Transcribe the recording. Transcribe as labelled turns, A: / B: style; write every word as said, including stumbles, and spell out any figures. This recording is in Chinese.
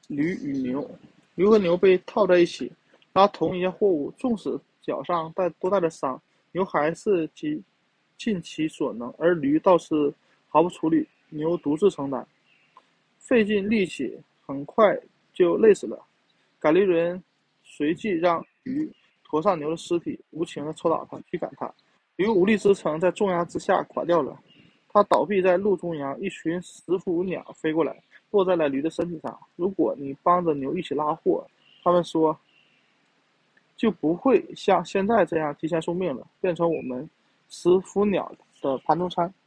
A: 驴与牛，驴和牛被套在一起，拉同一件货物，纵使脚上带都带着伤，牛还是尽尽其所能，而驴倒是毫不处理，牛独自承担，费尽力气，很快就累死了。赶驴人随即让驴驮上牛的尸体，无情地抽打它，驱赶它。驴无力支撑，在重压之下垮掉了。它倒闭在路中央，一群石虎鸟飞过来，落在了驴的身体上。如果你帮着牛一起拉货，他们说就不会像现在这样提前送命了，变成我们石虎鸟的盘中餐。